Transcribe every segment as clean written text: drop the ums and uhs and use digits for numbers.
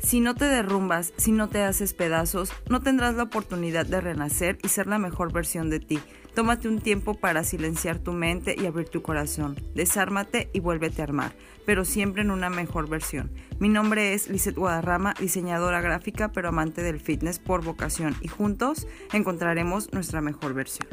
Si no te derrumbas, si no te haces pedazos, no tendrás la oportunidad de renacer y ser la mejor versión de ti. Tómate un tiempo para silenciar tu mente y abrir tu corazón. Desármate y vuélvete a armar, pero siempre en una mejor versión. Mi nombre es Lizeth Guadarrama, diseñadora gráfica pero amante del fitness por vocación, y juntos encontraremos nuestra mejor versión.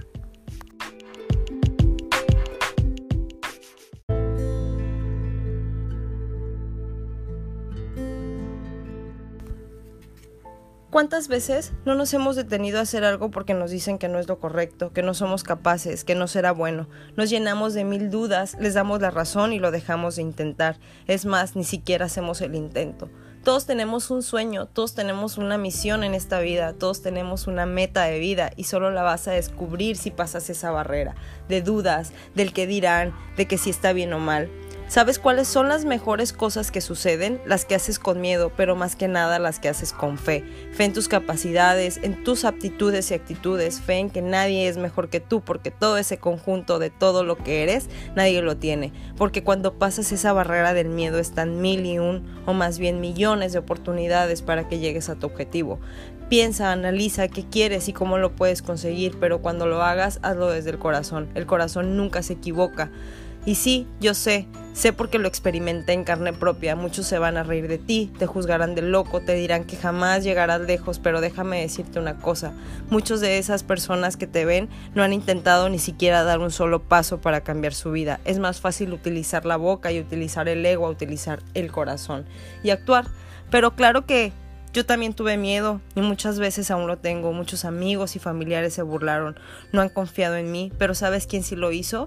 ¿Cuántas veces no nos hemos detenido a hacer algo porque nos dicen que no es lo correcto, que no somos capaces, que no será bueno? Nos llenamos de 1000 dudas, les damos la razón y lo dejamos de intentar. Es más, ni siquiera hacemos el intento. Todos tenemos un sueño, todos tenemos una misión en esta vida, todos tenemos una meta de vida y solo la vas a descubrir si pasas esa barrera de dudas, del qué dirán, de que si está bien o mal. ¿Sabes cuáles son las mejores cosas que suceden? Las que haces con miedo, pero más que nada las que haces con fe. Fe en tus capacidades, en tus aptitudes y actitudes, fe en que nadie es mejor que tú, porque todo ese conjunto de todo lo que eres, nadie lo tiene. Porque cuando pasas esa barrera del miedo están 1001 o más bien millones de oportunidades para que llegues a tu objetivo. Piensa, analiza qué quieres y cómo lo puedes conseguir, pero cuando lo hagas, hazlo desde el corazón. El corazón nunca se equivoca. Y sí, yo sé porque lo experimenté en carne propia. Muchos se van a reír de ti, te juzgarán de loco, te dirán que jamás llegarás lejos, pero déjame decirte una cosa. Muchos de esas personas que te ven no han intentado ni siquiera dar un solo paso para cambiar su vida. Es más fácil utilizar la boca y utilizar el ego a utilizar el corazón y actuar. Pero claro que yo también tuve miedo y muchas veces aún lo tengo. Muchos amigos y familiares se burlaron, no han confiado en mí, pero ¿sabes quién sí lo hizo?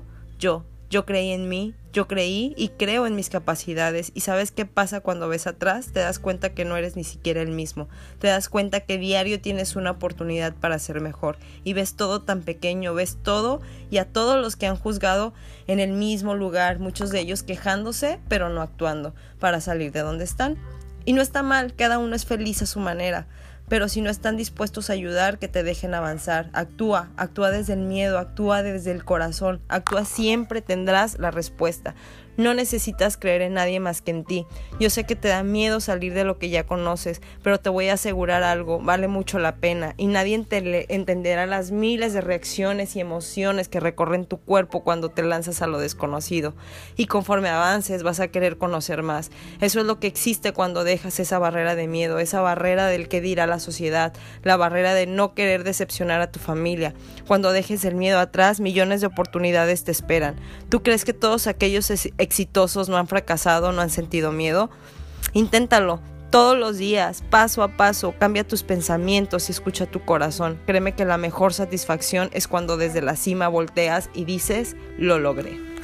Yo creí en mí, yo creí y creo en mis capacidades. ¿Y sabes qué pasa cuando ves atrás? Te das cuenta que no eres ni siquiera el mismo. Te das cuenta que diario tienes una oportunidad para ser mejor. Y ves todo tan pequeño, ves todo y a todos los que han juzgado en el mismo lugar. Muchos de ellos quejándose, pero no actuando para salir de donde están. Y no está mal, cada uno es feliz a su manera. Pero si no están dispuestos a ayudar, que te dejen avanzar. Actúa desde el miedo, actúa desde el corazón, actúa, siempre tendrás la respuesta. No necesitas creer en nadie más que en ti. Yo sé que te da miedo salir de lo que ya conoces, pero te voy a asegurar algo, vale mucho la pena y nadie entenderá las miles de reacciones y emociones que recorren tu cuerpo cuando te lanzas a lo desconocido. Y conforme avances vas a querer conocer más. Eso es lo que existe cuando dejas esa barrera de miedo, esa barrera del que dirá la sociedad, la barrera de no querer decepcionar a tu familia. Cuando dejes el miedo atrás, millones de oportunidades te esperan. ¿Tú crees que todos aquellos exitosos no han fracasado, no han sentido miedo? Inténtalo todos los días, paso a paso, cambia tus pensamientos y escucha tu corazón. Créeme que la mejor satisfacción es cuando desde la cima volteas y dices, lo logré.